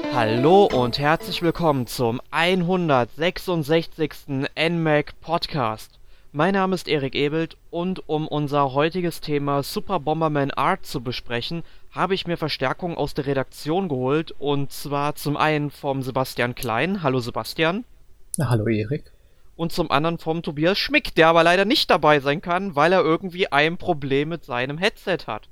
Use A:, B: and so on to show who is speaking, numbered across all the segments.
A: Hallo und herzlich willkommen zum 166. NMAC Podcast. Mein Name ist Erik Ebelt und um unser heutiges Thema Super Bomberman Art zu besprechen, habe ich mir Verstärkung aus der Redaktion geholt, und zwar zum einen vom Sebastian Klein. Hallo Sebastian.
B: Na, hallo Erik.
A: Und zum anderen vom Tobias Schmick, der aber leider nicht dabei sein kann, weil er irgendwie ein Problem mit seinem Headset hat.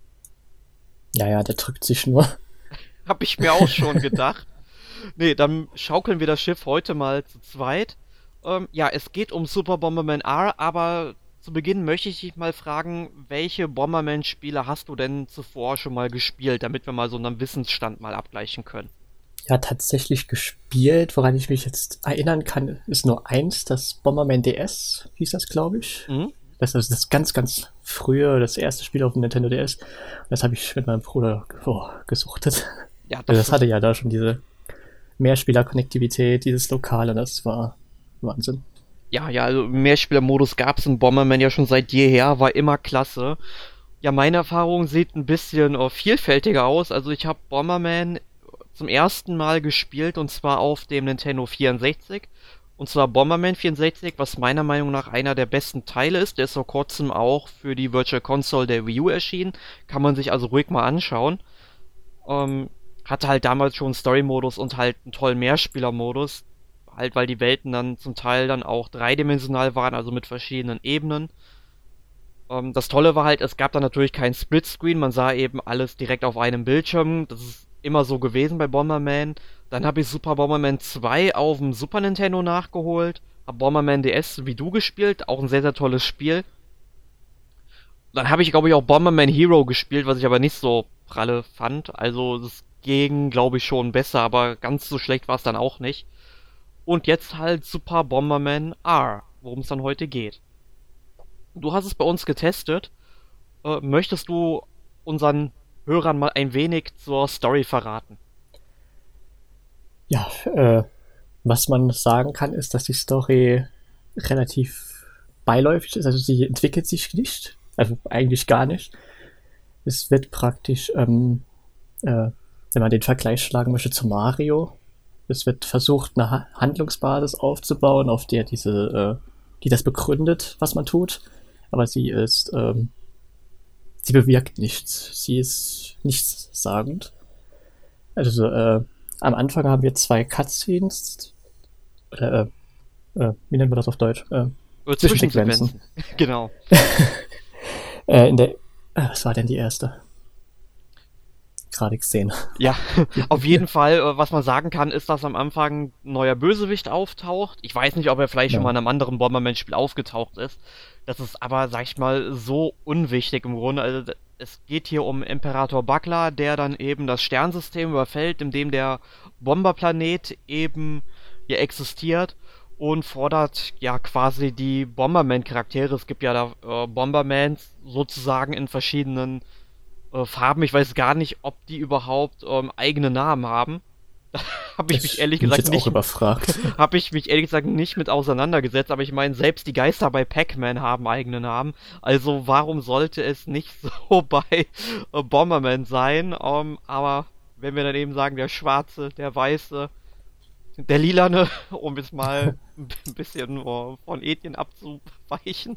B: Ja, der drückt sich nur.
A: Hab ich mir auch schon gedacht. Nee, dann schaukeln wir das Schiff heute mal zu zweit. Es geht um Super Bomberman R, aber zu Beginn möchte ich dich mal fragen, welche Bomberman-Spiele hast du denn zuvor schon mal gespielt, damit wir mal so einen Wissensstand mal abgleichen können?
B: Ja, tatsächlich gespielt, woran ich mich jetzt erinnern kann, ist nur eins, das Bomberman DS, hieß das, glaube ich.
A: Mhm.
B: Das ist das ganz frühe, das erste Spiel auf dem Nintendo DS. Und das habe ich mit meinem Bruder gesuchtet.
A: Ja,
B: Das hatte ja da schon diese Mehrspieler-Konnektivität, dieses Lokale, das war Wahnsinn.
A: Ja, also Mehrspielermodus gab es in Bomberman ja schon seit jeher, war immer klasse. Ja, meine Erfahrung sieht ein bisschen vielfältiger aus. Also ich habe Bomberman zum ersten Mal gespielt, und zwar auf dem Nintendo 64. Und zwar Bomberman 64, was meiner Meinung nach einer der besten Teile ist. Der ist vor kurzem auch für die Virtual Console der Wii U erschienen. Kann man sich also ruhig mal anschauen. Hatte halt damals schon einen Story-Modus und halt einen tollen Mehrspieler-Modus. Halt, weil die Welten dann zum Teil dann auch dreidimensional waren, also mit verschiedenen Ebenen. Das Tolle war halt, es gab dann natürlich keinen Splitscreen, man sah eben alles direkt auf einem Bildschirm. Das ist immer so gewesen bei Bomberman. Dann habe ich Super Bomberman 2 auf dem Super Nintendo nachgeholt, habe Bomberman DS wie du gespielt, auch ein sehr, sehr tolles Spiel. Dann habe ich, glaube ich, auch Bomberman Hero gespielt, was ich aber nicht so pralle fand. Also es ging, glaube ich, schon besser, aber ganz so schlecht war es dann auch nicht. Und jetzt halt Super Bomberman R, worum es dann heute geht. Du hast es bei uns getestet. Möchtest du unseren Hörern mal ein wenig zur Story verraten?
B: Ja, was man sagen kann, ist, dass die Story relativ beiläufig ist, also sie entwickelt sich nicht, also eigentlich gar nicht. Es wird praktisch, wenn man den Vergleich schlagen möchte zu Mario, es wird versucht, eine Handlungsbasis aufzubauen, auf der die das begründet, was man tut, aber sie bewirkt nichts. Sie ist nichtssagend. Also, am Anfang haben wir 2 Cutscenes, oder, wie nennt man das auf Deutsch?
A: Zwischensequenzen. Genau.
B: Was war denn die erste? Gerade gesehen.
A: Ja, auf jeden Fall, was man sagen kann, ist, dass am Anfang ein neuer Bösewicht auftaucht. Ich weiß nicht, ob er vielleicht schon mal in einem anderen Bomberman-Spiel aufgetaucht ist. Das ist aber, sag ich mal, so unwichtig im Grunde. Also, es geht hier um Imperator Buckler, der dann eben das Sternsystem überfällt, in dem der Bomberplanet eben hier existiert, und fordert ja quasi die Bomberman-Charaktere. Es gibt ja da Bombermans sozusagen in verschiedenen Farben. Ich weiß gar nicht, ob die überhaupt eigene Namen haben. Habe ich mich ehrlich gesagt nicht
B: überfragt.
A: Habe ich mich ehrlich gesagt nicht mit auseinandergesetzt, aber ich meine, selbst die Geister bei Pac-Man haben eigene Namen. Also warum sollte es nicht so bei Bomberman sein? Aber wenn wir dann eben sagen, der Schwarze, der Weiße, der Lilane, um jetzt mal ein bisschen von Ethien abzuweichen,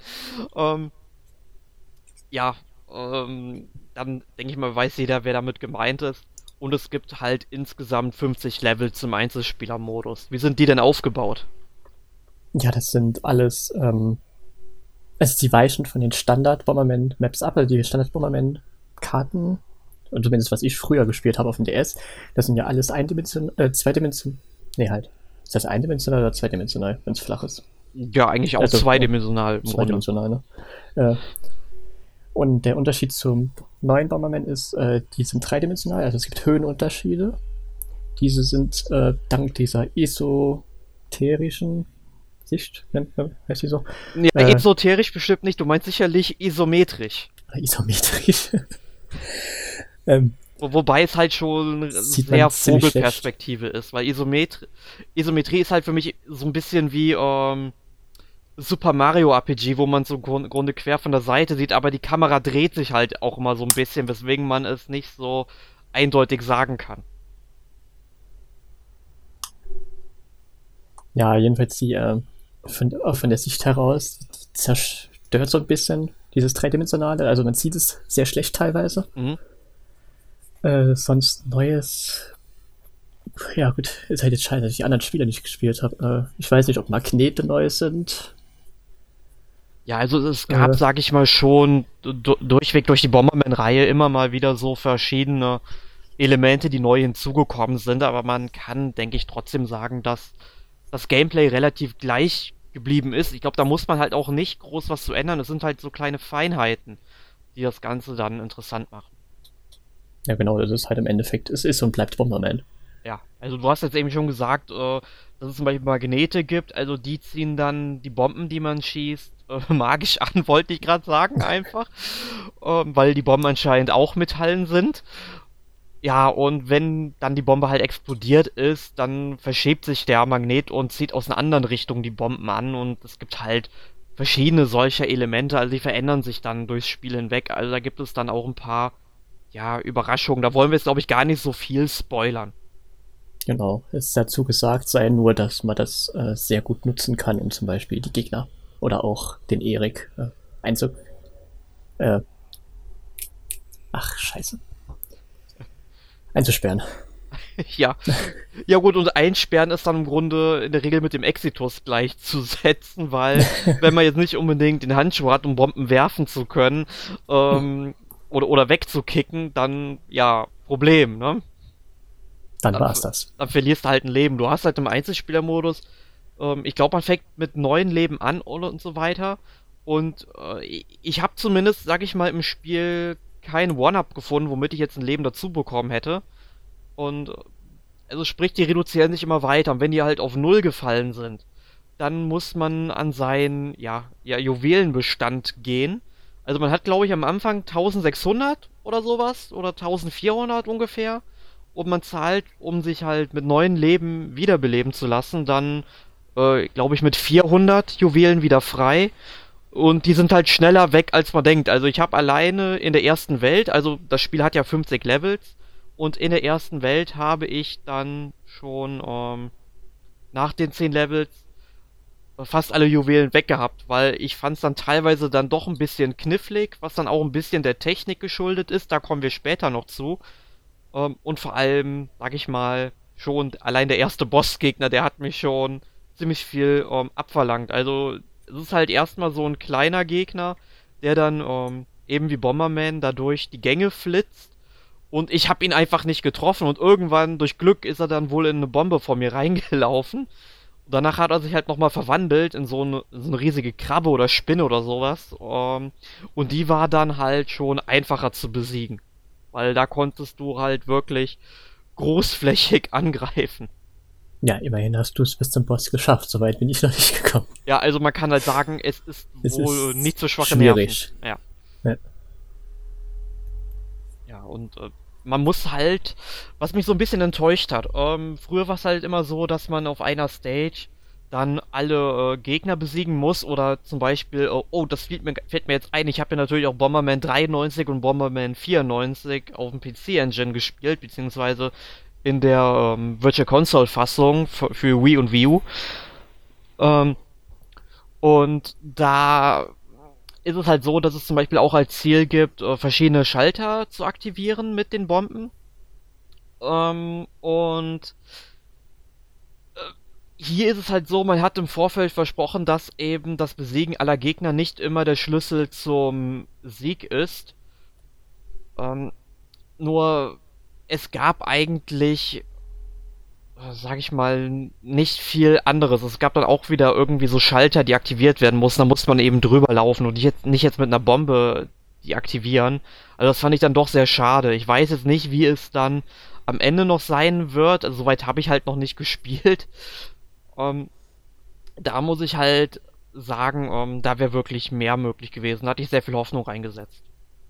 A: ja, dann denke ich mal, weiß jeder, wer damit gemeint ist. Und es gibt halt insgesamt 50 Level zum Einzelspielermodus. Wie sind die denn aufgebaut?
B: Ja, das sind alles, also sie weichen von den Standard-Bomberman-Maps ab, also die Standard-Bomberman-Karten, und zumindest was ich früher gespielt habe auf dem DS, das sind ja alles zweidimensional, ist das eindimensional oder zweidimensional, wenn es flach ist?
A: Ja, eigentlich auch also, zweidimensional.
B: Zweidimensional, ne? Und der Unterschied zum neuen Bomberman ist, die sind dreidimensional, also es gibt Höhenunterschiede. Diese sind dank dieser esoterischen Sicht, heißt die so?
A: Ja, esoterisch bestimmt nicht, du meinst sicherlich isometrisch.
B: Isometrisch.
A: Wobei es halt schon sehr Vogelperspektive ist, weil Isometrie ist halt für mich so ein bisschen wie Super Mario RPG, wo man so im Grunde quer von der Seite sieht, aber die Kamera dreht sich halt auch immer so ein bisschen, weswegen man es nicht so eindeutig sagen kann.
B: Ja, jedenfalls von der Sicht heraus, die zerstört so ein bisschen dieses Dreidimensionale. Also man sieht es sehr schlecht teilweise.
A: Mhm.
B: Sonst Neues. Ja gut, ist halt jetzt schade, dass ich die anderen Spiele nicht gespielt habe. Ich weiß nicht, ob Magnete neu sind.
A: Ja, also es gab,
B: Äh,
A: sag ich mal, schon durchweg durch die Bomberman-Reihe immer mal wieder so verschiedene Elemente, die neu hinzugekommen sind, aber man kann, denke ich, trotzdem sagen, dass das Gameplay relativ gleich geblieben ist. Ich glaube, da muss man halt auch nicht groß was zu ändern. Es sind halt so kleine Feinheiten, die das Ganze dann interessant machen.
B: ja genau, das ist halt im Endeffekt, es ist und bleibt Bomberman.
A: Ja, also du hast jetzt eben schon gesagt, dass es zum Beispiel Magnete gibt, also die ziehen dann die Bomben, die man schießt, magisch an, wollte ich gerade sagen, einfach, weil die Bomben anscheinend auch Metallen sind. Ja, und wenn dann die Bombe halt explodiert ist, dann verschiebt sich der Magnet und zieht aus einer anderen Richtung die Bomben an und es gibt halt verschiedene solcher Elemente, also die verändern sich dann durchs Spiel hinweg, also da gibt es dann auch ein paar, ja, Überraschungen, da wollen wir jetzt glaube ich gar nicht so viel spoilern.
B: Genau, es ist dazu gesagt sei nur, dass man das sehr gut nutzen kann, um zum Beispiel die Gegner oder auch den Erik einzu... Äh, ach, scheiße. Einzusperren.
A: Ja. Ja gut, und einsperren ist dann im Grunde in der Regel mit dem Exitus gleichzusetzen, weil wenn man jetzt nicht unbedingt den Handschuh hat, um Bomben werfen zu können, oder wegzukicken, dann ja, Problem, ne?
B: Dann
A: Dann,
B: war's das.
A: dann verlierst du halt ein Leben. Du hast halt im Einzelspielermodus, ich glaube, man fängt mit 9 Leben an und so weiter. Und ich habe zumindest, sag ich mal, im Spiel kein One-Up gefunden, womit ich jetzt ein Leben dazu bekommen hätte. Und also sprich, die reduzieren sich immer weiter. Und wenn die halt auf Null gefallen sind, dann muss man an seinen, ja, Juwelenbestand gehen. Also man hat, glaube ich, am Anfang 1600 oder sowas oder 1400 ungefähr. Und man zahlt, um sich halt mit neuen Leben wiederbeleben zu lassen, dann, glaube ich, mit 400 Juwelen wieder frei. Und die sind halt schneller weg, als man denkt. Also ich habe alleine in der ersten Welt, also das Spiel hat ja 50 Levels, und in der ersten Welt habe ich dann schon nach den 10 Levels fast alle Juwelen weggehabt, weil ich fand es dann teilweise dann doch ein bisschen knifflig, was dann auch ein bisschen der Technik geschuldet ist, da kommen wir später noch zu. Und vor allem, sag ich mal, schon allein der erste Bossgegner, der hat mich schon ziemlich viel abverlangt. Also es ist halt erstmal so ein kleiner Gegner, der dann eben wie Bomberman dadurch die Gänge flitzt und ich habe ihn einfach nicht getroffen und irgendwann durch Glück ist er dann wohl in eine Bombe vor mir reingelaufen. Und danach hat er sich halt nochmal verwandelt in so eine riesige Krabbe oder Spinne oder sowas. Und die war dann halt schon einfacher zu besiegen. Weil da konntest du halt wirklich großflächig angreifen.
B: Ja, immerhin hast du es bis zum Boss geschafft. Soweit bin ich noch nicht gekommen.
A: Ja, also man kann halt sagen, es ist
B: Es
A: wohl
B: ist
A: nicht so schwache
B: schwierig.
A: Nerven. Ja.
B: Ja.
A: Ja, und man muss halt, was mich so ein bisschen enttäuscht hat, früher war es halt immer so, dass man auf einer Stage dann alle Gegner besiegen muss oder zum Beispiel, oh, das fällt mir jetzt ein, ich habe ja natürlich auch Bomberman 93 und Bomberman 94 auf dem PC-Engine gespielt, beziehungsweise in der Virtual Console-Fassung für Wii und Wii U. Ähm, und da ist es halt so, dass es zum Beispiel auch als Ziel gibt, verschiedene Schalter zu aktivieren mit den Bomben. Und hier ist es halt so, man hat im Vorfeld versprochen, dass eben das Besiegen aller Gegner nicht immer der Schlüssel zum Sieg ist. Ähm, nur es gab eigentlich, sag ich mal, nicht viel anderes. Es gab dann auch wieder irgendwie so Schalter, die aktiviert werden mussten. Da musste man eben drüber laufen und nicht jetzt mit einer Bombe die aktivieren. Also das fand ich dann doch sehr schade. Ich weiß jetzt nicht, wie es dann am Ende noch sein wird. Also soweit habe ich halt noch nicht gespielt. Ähm, da muss ich halt sagen, da wäre wirklich mehr möglich gewesen. Da hatte ich sehr viel Hoffnung reingesetzt.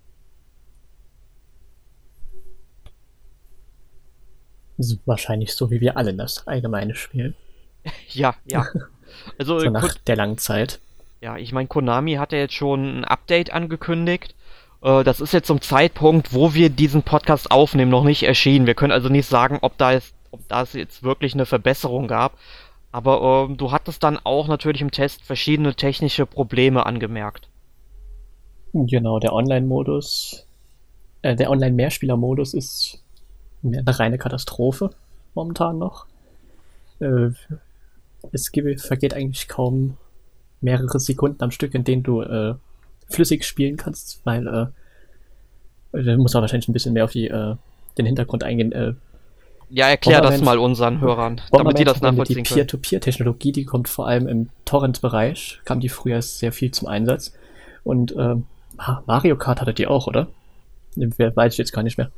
B: Das ist wahrscheinlich so, wie wir alle das Allgemeine spielen.
A: Ja, ja. Also,
B: So nach der langen Zeit.
A: ja, ich meine, Konami hat ja jetzt schon ein Update angekündigt. Das ist jetzt zum Zeitpunkt, wo wir diesen Podcast aufnehmen, noch nicht erschienen. Wir können also nicht sagen, ob da es jetzt wirklich eine Verbesserung gab. Aber du hattest dann auch natürlich im Test verschiedene technische Probleme angemerkt.
B: Genau, der Online-Mehrspieler-Modus ist eine reine Katastrophe momentan noch. Äh, vergeht eigentlich kaum mehrere Sekunden am Stück, in denen du flüssig spielen kannst, weil da muss man wahrscheinlich ein bisschen mehr auf den Hintergrund eingehen.
A: Ja, erklär das mal unseren Hörern, damit die das nachvollziehen
B: die
A: können.
B: Peer-to-Peer-Technologie, die kommt vor allem im Torrent-Bereich, kam die früher sehr viel zum Einsatz. Und Mario Kart hatte die auch, oder? Weiß ich jetzt gar nicht mehr.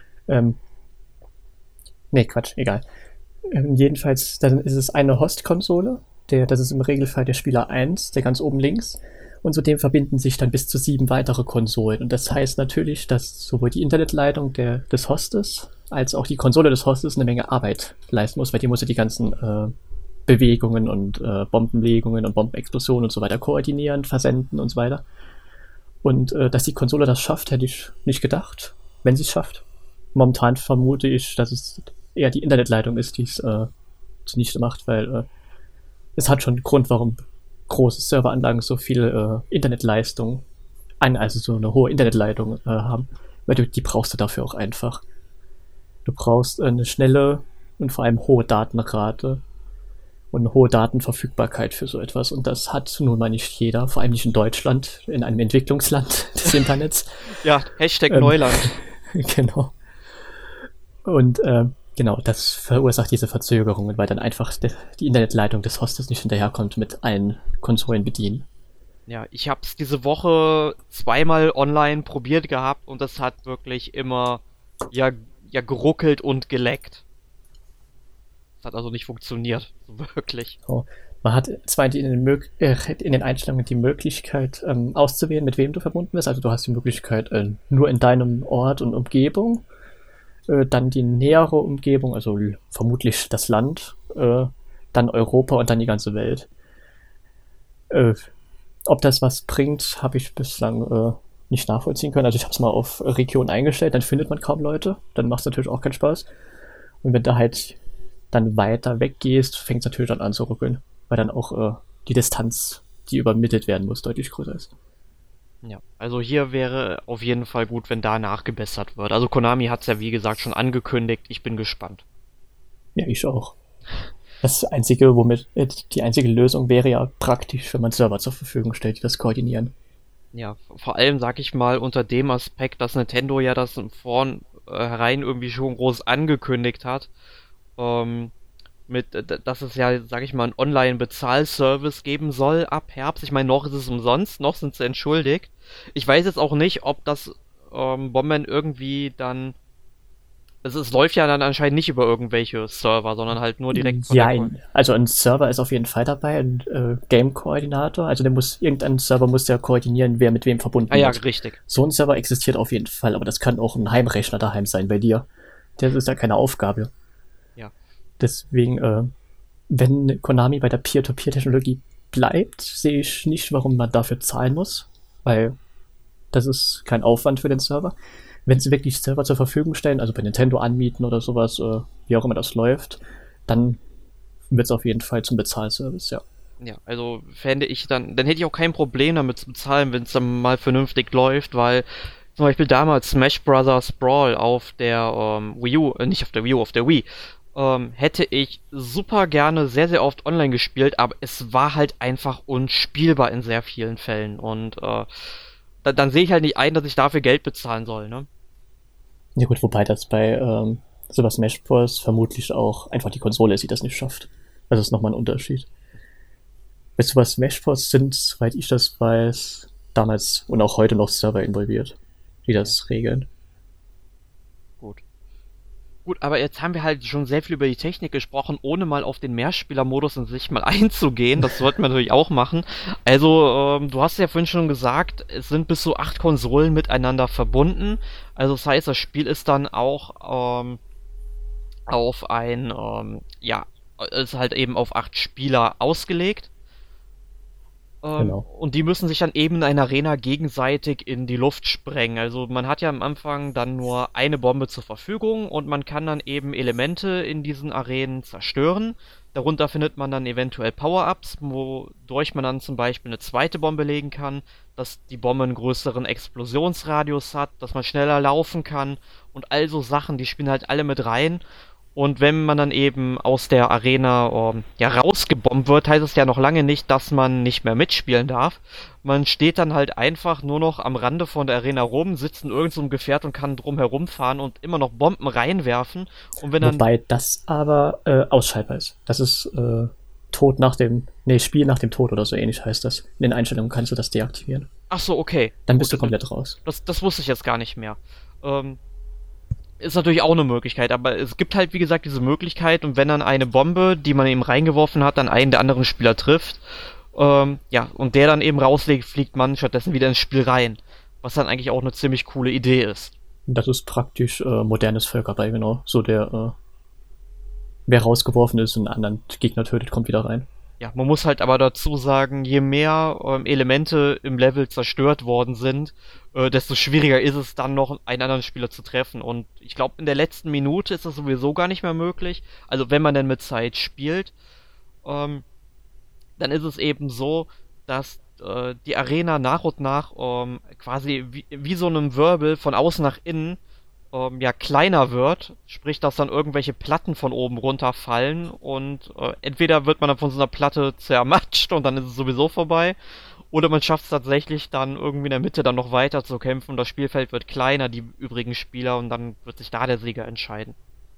B: Nee, Quatsch, egal. Jedenfalls, dann ist es eine Host-Konsole, das ist im Regelfall der Spieler 1, der ganz oben links. Und zudem verbinden sich dann bis zu 7 weitere Konsolen. Und das heißt natürlich, dass sowohl die Internetleitung des Hostes als auch die Konsole des Hostes eine Menge Arbeit leisten muss, weil die muss ja die ganzen Bewegungen und Bombenlegungen und Bombenexplosionen und so weiter koordinieren, versenden und so weiter. Und dass die Konsole das schafft, hätte ich nicht gedacht, wenn sie es schafft. Momentan vermute ich, dass es eher die Internetleitung ist, die es zunichte macht, weil es hat schon einen Grund, warum große Serveranlagen so viel Internetleistung, also so eine hohe Internetleitung haben, weil die brauchst du dafür auch einfach. Du brauchst eine schnelle und vor allem hohe Datenrate und eine hohe Datenverfügbarkeit für so etwas. Und das hat nun mal nicht jeder, vor allem nicht in Deutschland, in einem Entwicklungsland des Internets.
A: Ja, Hashtag Neuland.
B: Genau. Und genau, das verursacht diese Verzögerungen, weil dann einfach die Internetleitung des Hostes nicht hinterherkommt mit allen Konsolen bedienen.
A: Ja, ich hab's diese Woche zweimal online probiert gehabt und das hat wirklich immer ja geruckelt und geleckt. Das hat also nicht funktioniert, so wirklich.
B: So. Man hat zwar in den Einstellungen die Möglichkeit auszuwählen, mit wem du verbunden bist. Also du hast die Möglichkeit nur in deinem Ort und Umgebung, dann die nähere Umgebung, also vermutlich das Land, dann Europa und dann die ganze Welt. Ob das was bringt, habe ich bislang nicht nachvollziehen können. Also ich habe es mal auf Region eingestellt, dann findet man kaum Leute, dann macht es natürlich auch keinen Spaß. Und wenn du halt dann weiter weggehst, fängt es natürlich dann an zu ruckeln, weil dann auch die Distanz, die übermittelt werden muss, deutlich größer ist.
A: Ja, also hier wäre auf jeden Fall gut, wenn da nachgebessert wird. Also Konami hat es ja wie gesagt schon angekündigt, ich bin gespannt.
B: Ja, ich auch. Die einzige Lösung wäre ja praktisch, wenn man Server zur Verfügung stellt, die das koordinieren.
A: Ja, vor allem sag ich mal unter dem Aspekt, dass Nintendo ja das im Vornherein irgendwie schon groß angekündigt hat, dass es ja, sag ich mal, einen Online-Bezahlservice geben soll ab Herbst. Ich meine, noch ist es umsonst, noch sind sie entschuldigt. Ich weiß jetzt auch nicht, ob das Bomberman irgendwie dann. Es läuft ja dann anscheinend nicht über irgendwelche Server, sondern halt nur direkt von
B: Ja, also ein Server ist auf jeden Fall dabei, ein Game-Koordinator. Also irgendein Server muss ja koordinieren, wer mit wem verbunden
A: ja,
B: ist.
A: richtig.
B: So ein Server existiert auf jeden Fall, aber das kann auch ein Heimrechner daheim sein bei dir. Das ist ja keine Aufgabe.
A: Ja.
B: Deswegen, wenn Konami bei der Peer-to-Peer-Technologie bleibt, sehe ich nicht, warum man dafür zahlen muss, weil das ist kein Aufwand für den Server. Wenn sie wirklich Server zur Verfügung stellen, also bei Nintendo anmieten oder sowas, wie auch immer das läuft, dann wird es auf jeden Fall zum Bezahlservice, ja.
A: Ja, also fände ich dann hätte ich auch kein Problem damit zu bezahlen, wenn es dann mal vernünftig läuft, weil zum Beispiel damals Smash Bros. Brawl auf der Wii U, nicht auf der Wii U, auf der Wii, hätte ich super gerne sehr, sehr oft online gespielt, aber es war halt einfach unspielbar in sehr vielen Fällen und dann sehe ich halt nicht ein, dass ich dafür Geld bezahlen soll, ne?
B: Ja gut, wobei das bei Super Smash Bros. Vermutlich auch einfach die Konsole ist, die das nicht schafft. Also ist nochmal ein Unterschied. Bei Super Smash Bros. Sind, soweit ich das weiß, damals und auch heute noch Server involviert, die das regeln.
A: Gut, aber jetzt haben wir halt schon sehr viel über die Technik gesprochen, ohne mal auf den Mehrspielermodus in sich mal einzugehen. Das sollten wir natürlich auch machen. Also, du hast ja vorhin schon gesagt, es sind bis zu 8 Konsolen miteinander verbunden. Also das heißt, das Spiel ist dann auch auf ist halt eben auf 8 Spieler ausgelegt.
B: Genau.
A: Und die müssen sich dann eben in einer Arena gegenseitig in die Luft sprengen. Also man hat ja am Anfang dann nur eine Bombe zur Verfügung und man kann dann eben Elemente in diesen Arenen zerstören. Darunter findet man dann eventuell Power-Ups, wodurch man dann zum Beispiel eine zweite Bombe legen kann, dass die Bombe einen größeren Explosionsradius hat, dass man schneller laufen kann und all so Sachen, die spielen halt alle mit rein. Und wenn man dann eben aus der Arena ja rausgebombt wird, heißt es ja noch lange nicht, dass man nicht mehr mitspielen darf. Man steht dann halt einfach nur noch am Rande von der Arena rum, sitzt in irgendeinem so Gefährt und kann drum herumfahren und immer noch Bomben reinwerfen. Und wenn dann
B: Wobei das aber ausschaltbar ist. Das ist Tod nach dem, Spiel nach dem Tod oder so ähnlich heißt das. In den Einstellungen kannst du das deaktivieren.
A: ach so, okay.
B: Dann bist du
A: Gut,
B: komplett raus.
A: das wusste ich jetzt gar nicht mehr. Ist natürlich auch eine Möglichkeit, aber es gibt halt, wie gesagt, diese Möglichkeit und wenn dann eine Bombe, die man eben reingeworfen hat, dann einen der anderen Spieler trifft, ja, und der dann eben rauslegt, fliegt man stattdessen wieder ins Spiel rein. Was dann eigentlich auch eine ziemlich coole Idee ist.
B: Das ist praktisch modernes Völkerball, genau. So der, wer rausgeworfen ist und einen anderen Gegner tötet, kommt wieder rein.
A: Ja, man muss halt aber dazu sagen, je mehr Elemente im Level zerstört worden sind, desto schwieriger ist es dann noch, einen anderen Spieler zu treffen. Und ich glaube, in der letzten Minute ist das sowieso gar nicht mehr möglich. Also wenn man denn mit Zeit spielt, dann ist es eben so, dass die Arena nach und nach quasi wie so einem Wirbel von außen nach innen ja kleiner wird, sprich, dass dann irgendwelche Platten von oben runterfallen und entweder wird man dann von so einer Platte zermatscht und dann ist es sowieso vorbei, oder man schafft es tatsächlich dann irgendwie in der Mitte dann noch weiter zu kämpfen, das Spielfeld wird kleiner, die übrigen Spieler, und dann wird sich da der Sieger entscheiden.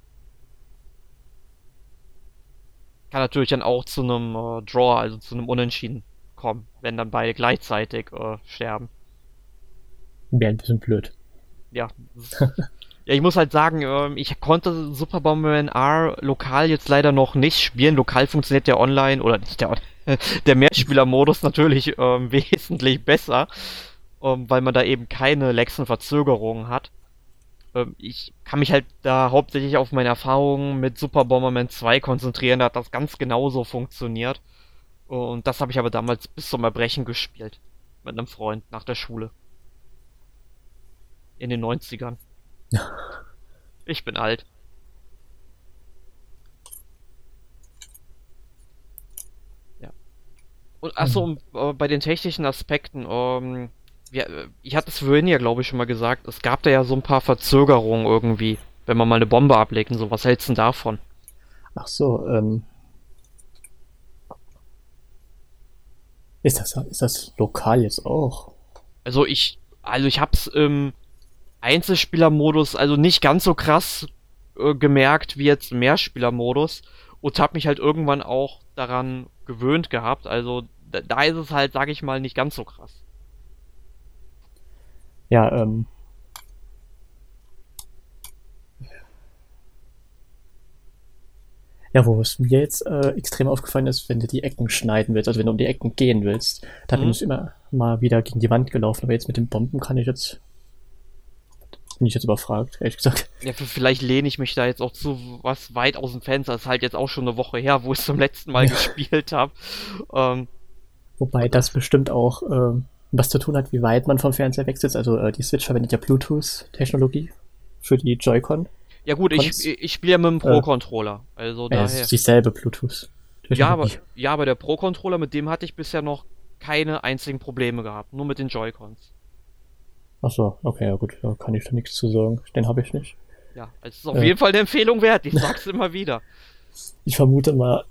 A: Kann natürlich dann auch zu einem Draw, also zu einem Unentschieden kommen, wenn dann beide gleichzeitig sterben.
B: Wäre ein bisschen blöd.
A: Ja, ja, ich muss halt sagen, ich konnte Super Bomberman R lokal jetzt leider noch nicht spielen. Lokal funktioniert der Online, oder nicht der Mehrspieler-Modus natürlich wesentlich besser, weil man da eben keine Lags und Verzögerungen hat. Ich kann mich halt da hauptsächlich auf meine Erfahrungen mit Super Bomberman 2 konzentrieren, da hat das ganz genauso funktioniert. Und das habe ich aber damals bis zum Erbrechen gespielt. Mit einem Freund nach der Schule. In den 90ern. Ich bin alt. Ja. Und achso, bei den technischen Aspekten, ja, ich hatte es vorhin ja, glaube ich, schon mal gesagt, es gab da ja so ein paar Verzögerungen irgendwie, wenn man mal eine Bombe ablegt und so. Was hältst du denn davon?
B: Ach so, ist das lokal jetzt auch?
A: Also ich hab's im Einzelspielermodus, also nicht ganz so krass gemerkt wie jetzt im Mehrspielermodus und hab mich halt irgendwann auch daran gewöhnt gehabt. Also da ist es halt, sag ich mal, nicht ganz so krass.
B: Ja, ja, wo es mir jetzt extrem aufgefallen ist, wenn du die Ecken schneiden willst, also wenn du um die Ecken gehen willst, da bin ich immer mal wieder gegen die Wand gelaufen, aber jetzt mit den Bomben bin ich jetzt überfragt, ehrlich gesagt.
A: Ja, vielleicht lehne ich mich da jetzt auch zu was weit aus dem Fenster. Das ist halt jetzt auch schon eine Woche her, wo ich zum letzten Mal gespielt habe.
B: Wobei das bestimmt auch was zu tun hat, wie weit man vom Fernseher wechselt. Also die Switch verwendet ja Bluetooth-Technologie für die Joy-Con.
A: Ja gut, ich spiele ja mit dem Pro-Controller, also daher.
B: Es ist dieselbe Bluetooth-Technologie.
A: Ja, aber der Pro-Controller, mit dem hatte ich bisher noch keine einzigen Probleme gehabt, nur mit den Joy-Cons.
B: Ach so, okay, ja gut, da kann ich da nichts zu sagen. Den habe ich nicht.
A: Ja, es ist auf jeden Fall eine Empfehlung wert, ich sag's immer wieder.
B: Ich vermute mal...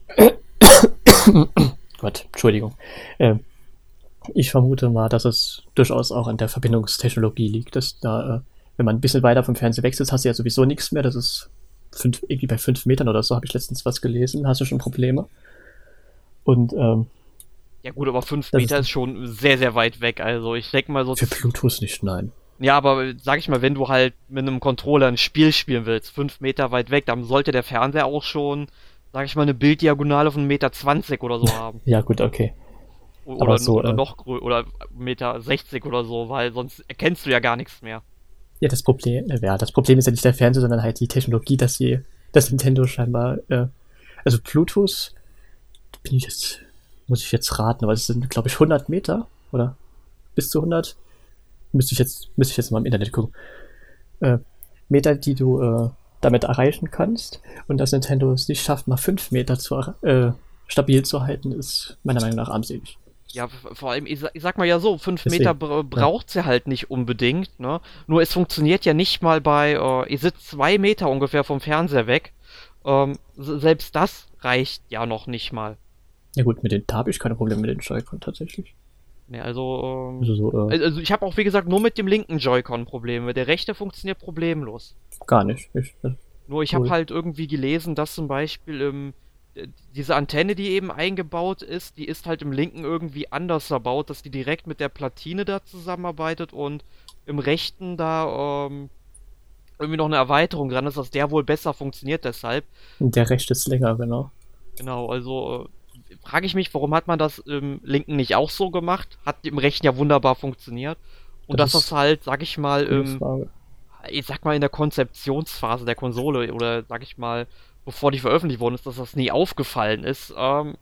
B: Gott, Entschuldigung. Ich vermute mal, dass es durchaus auch an der Verbindungstechnologie liegt, dass da, wenn man ein bisschen weiter vom Fernseher wechselt, hast du ja sowieso nichts mehr. Das ist irgendwie bei 5 Metern oder so, habe ich letztens was gelesen. Hast du schon Probleme? Und,
A: ja gut, aber 5 Meter ist schon sehr, sehr weit weg. Also ich denke mal so...
B: Für Bluetooth nicht, nein.
A: Ja, aber sag ich mal, wenn du halt mit einem Controller ein Spiel spielen willst, 5 Meter weit weg, dann sollte der Fernseher auch schon, sag ich mal, eine Bilddiagonale von 1,20 Meter oder so haben.
B: Ja gut, okay.
A: Oder, so, oder noch größer, oder 1,60 Meter oder so, weil sonst erkennst du ja gar nichts mehr.
B: Ja, das Problem ist ja nicht der Fernseher, sondern halt die Technologie, dass Nintendo scheinbar, also Bluetooth, bin ich jetzt muss ich jetzt raten, aber es sind, glaube ich, 100 Meter oder bis zu 100. Müsste ich jetzt mal im Internet gucken. Meter, die du damit erreichen kannst. Und dass Nintendo es nicht schafft, mal 5 Meter stabil zu halten, ist meiner Meinung nach armselig.
A: Ja, vor allem, ich sag mal ja so, 5
B: Deswegen,
A: Meter braucht sie halt nicht unbedingt, ne? Nur es funktioniert ja nicht mal bei, ihr sitzt 2 Meter ungefähr vom Fernseher weg. Selbst das reicht ja noch nicht mal.
B: Ja gut, da habe ich keine Probleme mit den Joy-Con tatsächlich.
A: Ne, also,
B: Also
A: ich habe auch, wie gesagt, nur mit dem linken Joy-Con Probleme. Der rechte funktioniert problemlos.
B: gar nicht.
A: Nur ich
B: Cool.
A: habe halt irgendwie gelesen, dass zum Beispiel diese Antenne, die eben eingebaut ist, die ist halt im linken irgendwie anders erbaut, dass die direkt mit der Platine da zusammenarbeitet und im rechten da irgendwie noch eine Erweiterung dran ist, dass der wohl besser funktioniert deshalb.
B: Und der rechte ist länger, genau.
A: Genau, also frage ich mich, warum hat man das im linken nicht auch so gemacht? Hat im rechten ja wunderbar funktioniert. Und
B: Das
A: dass
B: ist
A: das halt, sag ich mal,
B: Gute Frage.
A: ich sag mal in der Konzeptionsphase der Konsole oder sag ich mal, bevor die veröffentlicht worden ist, dass das nie aufgefallen ist,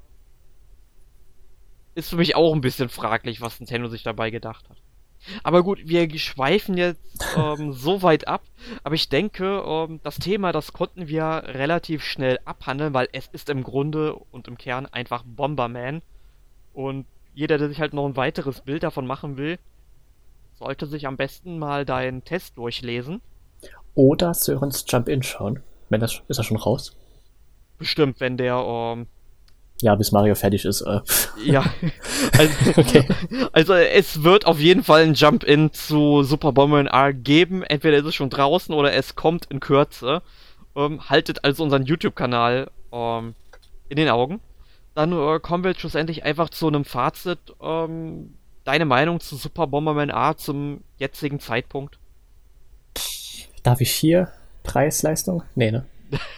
A: ist für mich auch ein bisschen fraglich, was Nintendo sich dabei gedacht hat. Aber gut, wir schweifen jetzt so weit ab, aber ich denke, das Thema, das konnten wir relativ schnell abhandeln, weil es ist im Grunde und im Kern einfach Bomberman. Und jeder, der sich halt noch ein weiteres Bild davon machen will, sollte sich am besten mal deinen Test durchlesen.
B: Oder Sörens Jump-In schauen. Ist er schon raus?
A: Bestimmt, wenn der
B: Ja, bis Mario fertig ist.
A: ja, also,
B: Okay.
A: also es wird auf jeden Fall ein Jump-In zu Super Bomberman R geben. Entweder ist es schon draußen oder es kommt in Kürze. Haltet also unseren YouTube-Kanal in den Augen. Dann kommen wir schlussendlich einfach zu einem Fazit. Deine Meinung zu Super Bomberman R zum jetzigen Zeitpunkt?
B: Darf ich hier Preis-Leistung? Nee, ne?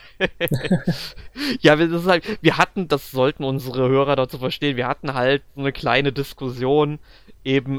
A: Ja, das ist halt, wir hatten, das sollten unsere Hörer dazu verstehen, wir hatten halt so eine kleine Diskussion eben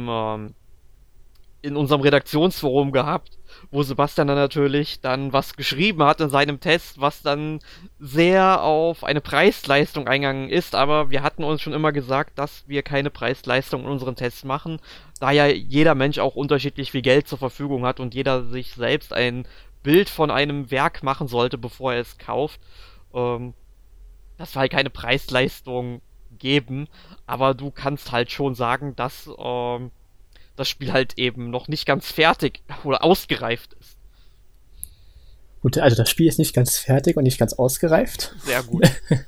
A: in unserem Redaktionsforum gehabt, wo Sebastian dann natürlich dann was geschrieben hat in seinem Test, was dann sehr auf eine Preis-Leistung eingegangen ist, aber wir hatten uns schon immer gesagt, dass wir keine Preis-Leistung in unseren Tests machen, da ja jeder Mensch auch unterschiedlich viel Geld zur Verfügung hat und jeder sich selbst ein Bild von einem Werk machen sollte, bevor er es kauft. Dass wir halt keine Preis-Leistung geben, aber du kannst halt schon sagen, dass das Spiel halt eben noch nicht ganz fertig oder ausgereift ist.
B: Gut, also das Spiel ist nicht ganz fertig und nicht ganz ausgereift.
A: Sehr gut.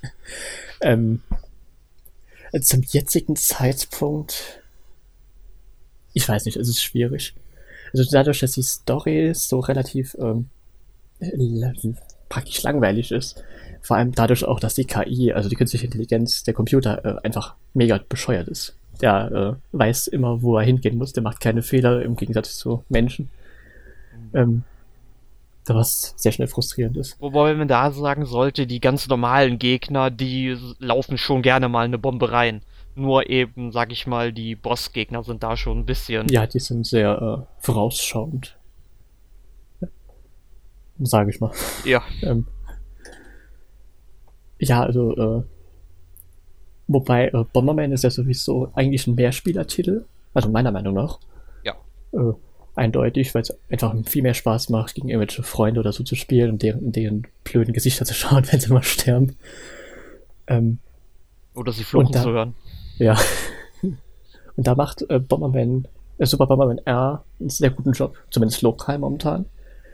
B: Zum jetzigen Zeitpunkt, ich weiß nicht, es ist schwierig. Also dadurch, dass die Story so relativ praktisch langweilig ist, vor allem dadurch auch, dass die KI, also die künstliche Intelligenz, der Computer einfach mega bescheuert ist. Der weiß immer, wo er hingehen muss, der macht keine Fehler im Gegensatz zu Menschen. Was sehr schnell frustrierend ist.
A: Wobei man da sagen sollte, die ganz normalen Gegner, die laufen schon gerne mal eine Bombe rein. Nur eben, sag ich mal, die Bossgegner sind da schon ein bisschen...
B: Ja, die sind sehr vorausschauend. Sage ich mal.
A: Ja.
B: Ja, also wobei Bomberman ist ja sowieso eigentlich ein Mehrspielertitel, also meiner Meinung nach.
A: Ja.
B: Eindeutig, weil es einfach viel mehr Spaß macht, gegen irgendwelche Freunde oder so zu spielen und deren blöden Gesichter zu schauen, wenn sie mal sterben.
A: Oder sie fluchen zu hören.
B: Ja. Und da macht Super Bomberman R einen sehr guten Job, zumindest lokal momentan.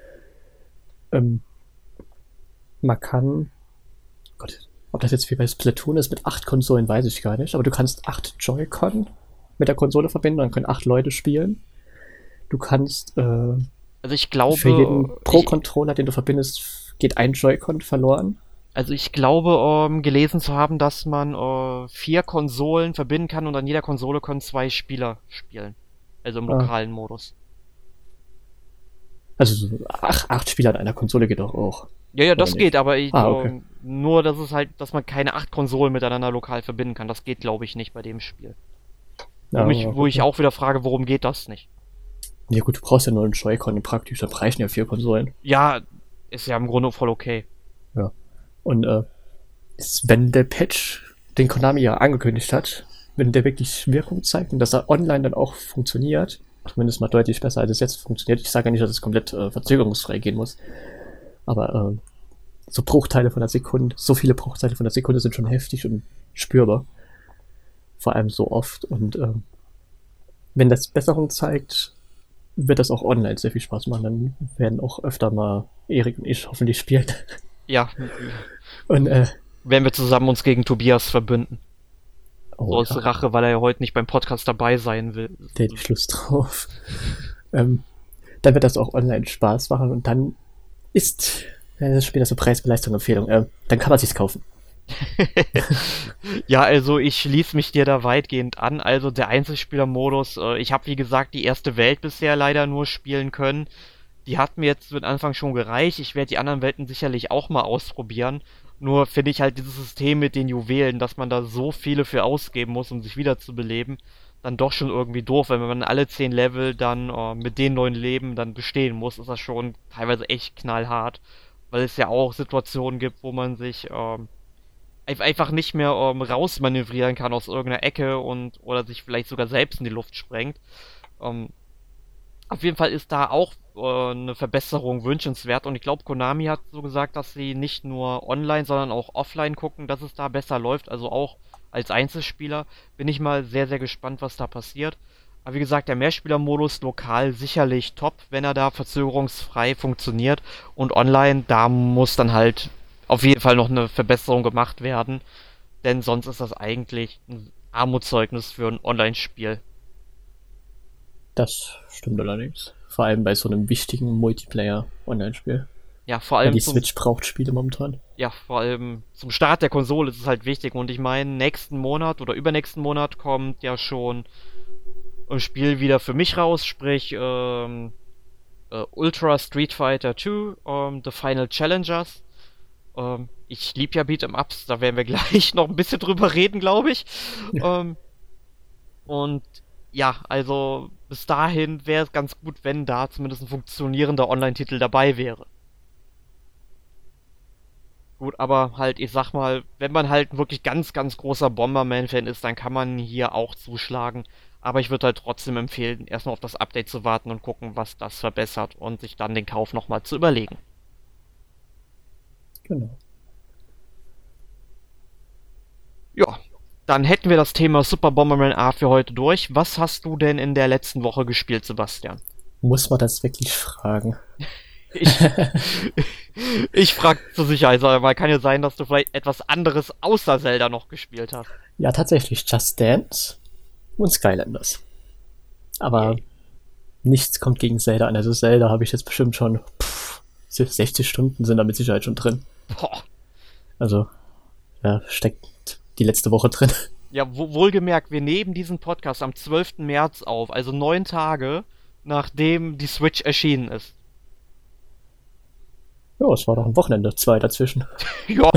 B: Man kann, Gott, ob das jetzt wie bei Splatoon ist mit 8 Konsolen, weiß ich gar nicht, aber du kannst 8 Joy-Con mit der Konsole verbinden und dann können 8 Leute spielen. Du kannst
A: also ich glaube,
B: für jeden Pro-Controller, den du verbindest, geht ein Joy-Con verloren.
A: Also ich glaube, gelesen zu haben, dass man 4 Konsolen verbinden kann und an jeder Konsole können 2 Spieler spielen. Also im lokalen Modus.
B: Also 8 Spieler an einer Konsole geht auch.
A: Ja, das geht, aber
B: okay.
A: nur, dass es halt, dass man keine 8 Konsolen miteinander lokal verbinden kann. Das geht, glaube ich, nicht bei dem Spiel. Wo ich auch wieder frage, warum geht das nicht?
B: Ja gut, du brauchst ja nur einen Joy-Con praktisch, da reichen ja 4 Konsolen.
A: Ja, ist ja im Grunde voll okay.
B: Ja. Und wenn der Patch den Konami ja angekündigt hat, wenn der wirklich Wirkung zeigt und dass er online dann auch funktioniert, zumindest mal deutlich besser, als es jetzt funktioniert. Ich sage ja nicht, dass es komplett verzögerungsfrei gehen muss, aber so Bruchteile von der Sekunde, so viele Bruchteile von der Sekunde sind schon heftig und spürbar. Vor allem so oft. Und wenn das Besserung zeigt, wird das auch online sehr viel Spaß machen. Dann werden auch öfter mal Erik und ich hoffentlich spielen.
A: Ja,
B: Und
A: werden wir zusammen uns gegen Tobias verbünden. So
B: oh,
A: aus Rache, weil er ja heute nicht beim Podcast dabei sein will.
B: der hat Lust drauf. Dann wird das auch online Spaß machen und dann ist das Spiel so Preis-Leistung-Empfehlung. Dann kann man sich's kaufen.
A: Ja, also ich schließe mich dir da weitgehend an. Also der Einzelspieler-Modus, ich habe wie gesagt die erste Welt bisher leider nur spielen können. Die hat mir jetzt mit Anfang schon gereicht. Ich werde die anderen Welten sicherlich auch mal ausprobieren. Nur finde ich halt dieses System mit den Juwelen, dass man da so viele für ausgeben muss, um sich wiederzubeleben, dann doch schon irgendwie doof. Wenn man alle 10 Level dann mit den 9 Leben dann bestehen muss, ist das schon teilweise echt knallhart. Weil es ja auch Situationen gibt, wo man sich einfach nicht mehr rausmanövrieren kann aus irgendeiner Ecke oder sich vielleicht sogar selbst in die Luft sprengt. Auf jeden Fall ist da auch eine Verbesserung wünschenswert und ich glaube, Konami hat so gesagt, dass sie nicht nur online, sondern auch offline gucken, dass es da besser läuft, also auch als Einzelspieler. Bin ich mal sehr, sehr gespannt, was da passiert. Aber wie gesagt, der Mehrspieler-Modus lokal sicherlich top, wenn er da verzögerungsfrei funktioniert und online, da muss dann halt auf jeden Fall noch eine Verbesserung gemacht werden, denn sonst ist das eigentlich ein Armutszeugnis für ein Online-Spiel.
B: Das stimmt allerdings. Vor allem bei so einem wichtigen Multiplayer-Online-Spiel.
A: Ja, vor
B: Weil
A: allem
B: die Switch braucht Spiele momentan.
A: ja, vor allem zum Start der Konsole ist es halt wichtig und ich meine, nächsten Monat oder übernächsten Monat kommt ja schon ein Spiel wieder für mich raus, sprich Ultra Street Fighter 2, The Final Challengers. Ich liebe ja Beat'em-Ups, da werden wir gleich noch ein bisschen drüber reden, glaube ich.
B: Ja.
A: Und ja, also bis dahin wäre es ganz gut, wenn da zumindest ein funktionierender Online-Titel dabei wäre. Gut, aber halt, ich sag mal, wenn man halt ein wirklich ganz, ganz großer Bomberman-Fan ist, dann kann man hier auch zuschlagen. Aber ich würde halt trotzdem empfehlen, erstmal auf das Update zu warten und gucken, was das verbessert und sich dann den Kauf nochmal zu überlegen.
B: Genau.
A: Ja, dann hätten wir das Thema Super Bomberman A für heute durch. Was hast du denn in der letzten Woche gespielt, Sebastian?
B: Muss man das wirklich fragen?
A: Ich, ich frag zur Sicherheit, weil kann ja sein, dass du vielleicht etwas anderes außer Zelda noch gespielt hast.
B: Ja, tatsächlich. Just Dance und Skylanders. Aber nichts kommt gegen Zelda an. Also Zelda habe ich jetzt bestimmt schon 60 Stunden sind da mit Sicherheit schon drin.
A: Boah.
B: Also, ja, steckt die letzte Woche drin.
A: Ja, wohlgemerkt, wir nehmen diesen Podcast am 12. März auf, also 9 Tage, nachdem die Switch erschienen ist.
B: Ja, es war doch ein Wochenende, 2 dazwischen.
A: Ja.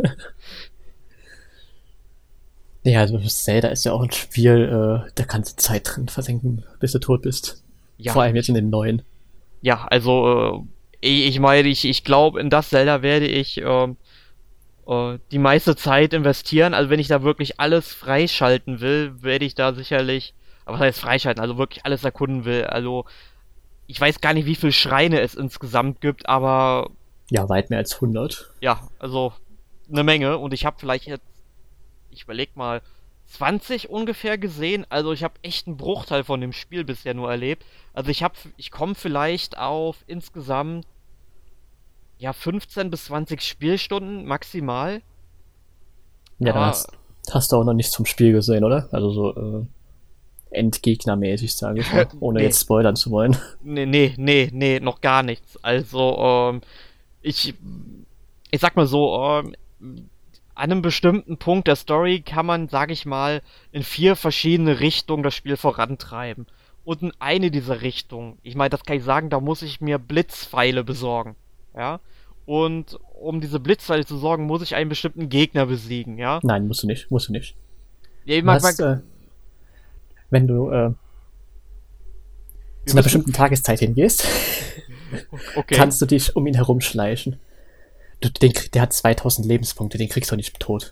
B: Ja, also Zelda ist ja auch ein Spiel, da kannst du Zeit drin versenken, bis du tot bist.
A: Ja.
B: Vor allem jetzt in den neuen.
A: Ja, also, ich meine, ich glaube, in das Zelda werde ich die meiste Zeit investieren. Also wenn ich da wirklich alles freischalten will, werde ich da sicherlich, aber was heißt freischalten, also wirklich alles erkunden will. Also ich weiß gar nicht, wie viele Schreine es insgesamt gibt, aber
B: Ja, weit mehr als 100.
A: ja, also eine Menge. Und ich habe vielleicht jetzt, ich überleg mal, 20 ungefähr gesehen. Also ich habe echt einen Bruchteil von dem Spiel bisher nur erlebt. Also ich komme vielleicht auf insgesamt ja 15 bis 20 Spielstunden maximal.
B: Ja, dann
A: Aber
B: hast du auch noch nichts vom Spiel gesehen, oder? Also so Endgegnermäßig, sage ich mal, ohne
A: Nee.
B: jetzt spoilern zu wollen.
A: Nee, noch gar nichts. Also, ich sag mal so, an einem bestimmten Punkt der Story kann man, sag ich mal, in 4 verschiedene Richtungen das Spiel vorantreiben. Und in eine dieser Richtungen, ich meine, das kann ich sagen, da muss ich mir Blitzpfeile besorgen. Ja? Und um diese Blitzpfeile zu sorgen, muss ich einen bestimmten Gegner besiegen, ja?
B: Nein, musst du nicht.
A: Ja, ich
B: Du
A: mag,
B: hast, wenn du zu einer
A: müssen-
B: bestimmten Tageszeit hingehst,
A: okay.
B: kannst du dich um ihn herum schleichen. Der hat 2000 Lebenspunkte, den kriegst du nicht tot.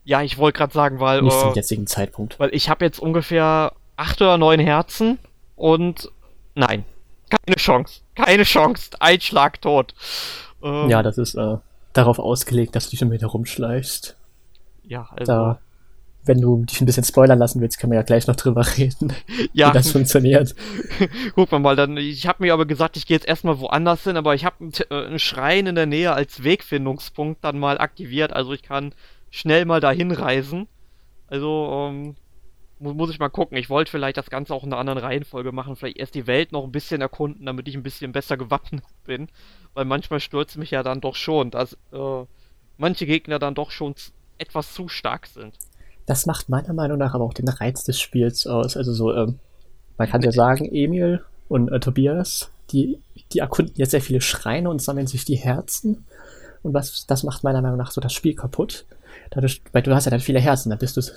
A: Ja, ich wollte gerade sagen,
B: Nicht zum jetzigen Zeitpunkt.
A: weil ich habe jetzt ungefähr 8 oder 9 Herzen und nein, keine Chance. Keine Chance. Ein Schlag tot.
B: Ja, das ist darauf ausgelegt, dass du dich immer wieder rumschleichst.
A: Ja, also.
B: Da, wenn du dich ein bisschen spoilern lassen willst, können wir ja gleich noch drüber reden,
A: Ja,
B: wie das funktioniert.
A: guck mal, dann. Ich habe mir aber gesagt, ich gehe jetzt erstmal woanders hin, aber ich habe einen Schrein in der Nähe als Wegfindungspunkt dann mal aktiviert. Also ich kann schnell mal dahin reisen. Also, muss ich mal gucken. Ich wollte vielleicht das Ganze auch in einer anderen Reihenfolge machen. Vielleicht erst die Welt noch ein bisschen erkunden, damit ich ein bisschen besser gewappnet bin. Weil manchmal stürzt mich ja dann doch schon, dass manche Gegner dann doch schon etwas zu stark sind.
B: Das macht meiner Meinung nach aber auch den Reiz des Spiels aus. Also so, man kann ja sagen, Emil und Tobias, die erkunden jetzt sehr viele Schreine und sammeln sich die Herzen. Und das macht meiner Meinung nach so das Spiel kaputt. Dadurch, weil du hast ja dann viele Herzen, dann bist du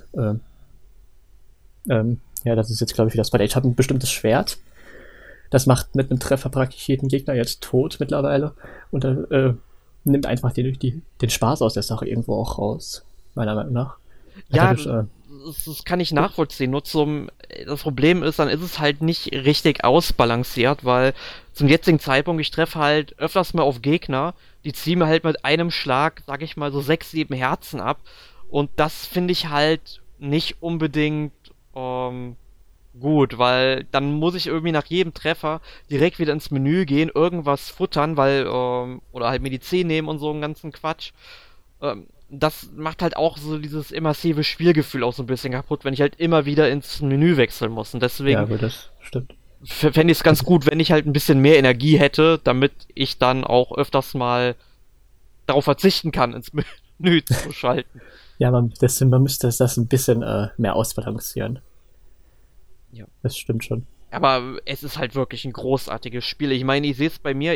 B: ja, das ist jetzt, glaube ich, wieder Spot. Ich habe ein bestimmtes Schwert. Das macht mit einem Treffer praktisch jeden Gegner jetzt tot mittlerweile. Und nimmt einfach den Spaß aus der Sache irgendwo auch raus. Meiner Meinung nach.
A: Ja,
B: Dadurch,
A: das kann ich nachvollziehen. Nur das Problem ist, dann ist es halt nicht richtig ausbalanciert, weil zum jetzigen Zeitpunkt, ich treffe halt öfters mal auf Gegner, die ziehen mir halt mit einem Schlag, sag ich mal, so 6, 7 Herzen ab. Und das finde ich halt nicht unbedingt gut, weil dann muss ich irgendwie nach jedem Treffer direkt wieder ins Menü gehen, irgendwas futtern, weil, oder halt Medizin nehmen und so einen ganzen Quatsch. Das macht halt auch so dieses immersive Spielgefühl auch so ein bisschen kaputt, wenn ich halt immer wieder ins Menü wechseln muss. Und
B: ja,
A: deswegen
B: aber das stimmt.
A: fände ich es ganz gut, wenn ich halt ein bisschen mehr Energie hätte, damit ich dann auch öfters mal darauf verzichten kann, ins Menü zu schalten.
B: Ja, man müsste das ein bisschen mehr ausbalancieren.
A: Ja.
B: Das stimmt schon.
A: Aber es ist halt wirklich ein großartiges Spiel. Ich meine, ich sehe es bei mir,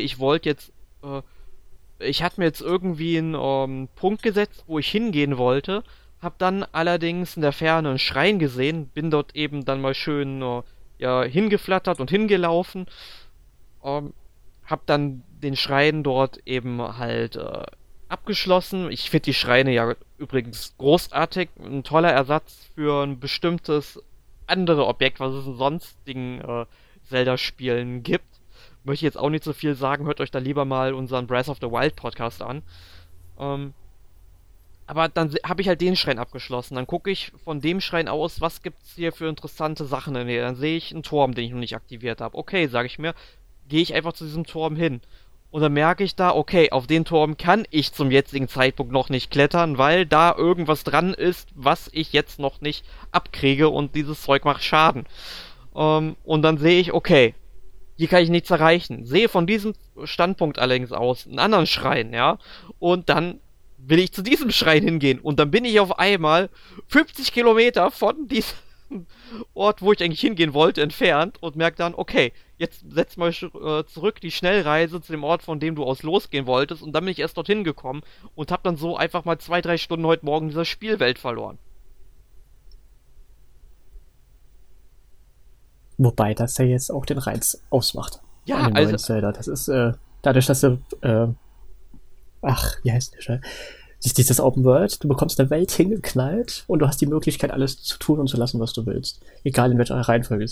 A: ich hatte mir jetzt irgendwie einen Punkt gesetzt, wo ich hingehen wollte, hab dann allerdings in der Ferne einen Schrein gesehen, bin dort eben dann mal schön ja, hingeflattert und hingelaufen, hab dann den Schrein dort eben halt abgeschlossen. Ich finde die Schreine ja übrigens großartig, ein toller Ersatz für ein bestimmtes andere Objekt, was es in sonstigen Zelda-Spielen gibt. Möchte ich jetzt auch nicht so viel sagen, hört euch da lieber mal unseren Breath of the Wild Podcast an. Aber dann habe ich halt den Schrein abgeschlossen. Dann gucke ich von dem Schrein aus, was gibt's hier für interessante Sachen in der Nähe. Dann sehe ich einen Turm, den ich noch nicht aktiviert habe. Okay, sage ich mir, gehe ich einfach zu diesem Turm hin. Und dann merke ich da, okay, auf den Turm kann ich zum jetzigen Zeitpunkt noch nicht klettern, weil da irgendwas dran ist, was ich jetzt noch nicht abkriege und dieses Zeug macht Schaden. Und dann sehe ich, okay, hier kann ich nichts erreichen. Sehe von diesem Standpunkt allerdings aus einen anderen Schrein, ja. Und dann will ich zu diesem Schrein hingehen. Und dann bin ich auf einmal 50 Kilometer von diesem Ort, wo ich eigentlich hingehen wollte, entfernt und merke dann, okay, jetzt setz mal zurück die Schnellreise zu dem Ort, von dem du aus losgehen wolltest. Und dann bin ich erst dorthin gekommen und habe dann so einfach mal 2, 3 Stunden heute Morgen in dieser Spielwelt verloren.
B: Wobei das ja jetzt auch den Reiz ausmacht.
A: Ja,
B: an dem
A: also
B: neuen Zelda. Das ist dadurch, dass du wie heißt der Scheiß? Dieses Open World, du bekommst eine Welt hingeknallt und du hast die Möglichkeit, alles zu tun und zu lassen, was du willst. Egal in welcher Reihenfolge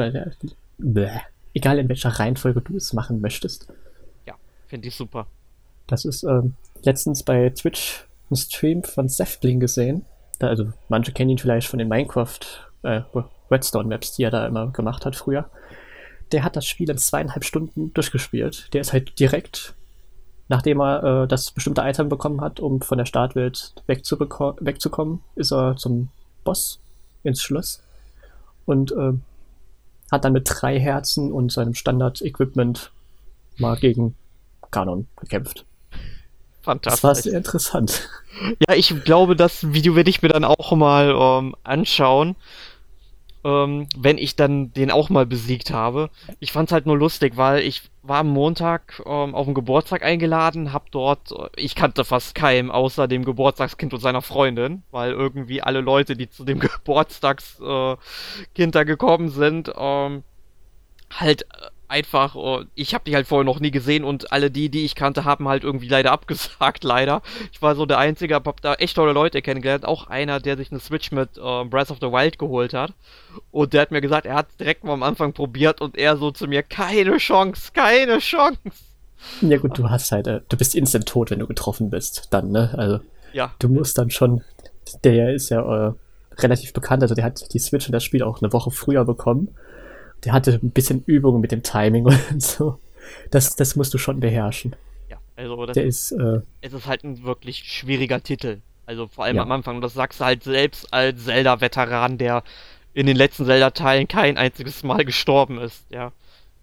B: egal in welcher Reihenfolge du es machen möchtest.
A: ja, finde ich super.
B: Das ist letztens bei Twitch ein Stream von Seftling gesehen. Also manche kennen ihn vielleicht von den Minecraft Redstone-Maps, die er da immer gemacht hat früher. Der hat das Spiel in 2,5 Stunden durchgespielt. Der ist halt direkt, nachdem er das bestimmte Item bekommen hat, um von der Startwelt wegzukommen, ist er zum Boss ins Schloss und hat dann mit 3 Herzen und seinem Standard-Equipment mal gegen Ganon gekämpft.
A: Fantastisch.
B: Das war sehr interessant.
A: Ja, ich glaube, das Video werde ich mir dann auch mal anschauen, wenn ich dann den auch mal besiegt habe. Ich fand's halt nur lustig, weil ich war am Montag auf den Geburtstag eingeladen, hab dort, ich kannte fast keinen außer dem Geburtstagskind und seiner Freundin, weil irgendwie alle Leute, die zu dem Geburtstagskind da gekommen sind, halt einfach, ich habe die halt vorher noch nie gesehen und alle die ich kannte, haben halt irgendwie leider abgesagt, leider. Ich war so der Einzige, hab da echt tolle Leute kennengelernt. Auch einer, der sich eine Switch mit Breath of the Wild geholt hat. Und der hat mir gesagt, er hat direkt mal am Anfang probiert und er so zu mir, keine Chance, keine Chance.
B: Ja gut, du hast halt, du bist instant tot, wenn du getroffen bist, dann, ne? Also,
A: Ja,
B: du musst dann schon, der ist ja relativ bekannt, also der hat die Switch und das Spiel auch eine Woche früher bekommen. Der hatte ein bisschen Übung mit dem Timing und so. Das musst du schon beherrschen.
A: ja, also
B: Der ist,
A: es ist halt ein wirklich schwieriger Titel. Also vor allem
B: ja,
A: am Anfang. Und das sagst du halt selbst als Zelda-Veteran, der in den letzten Zelda-Teilen kein einziges Mal gestorben ist, ja.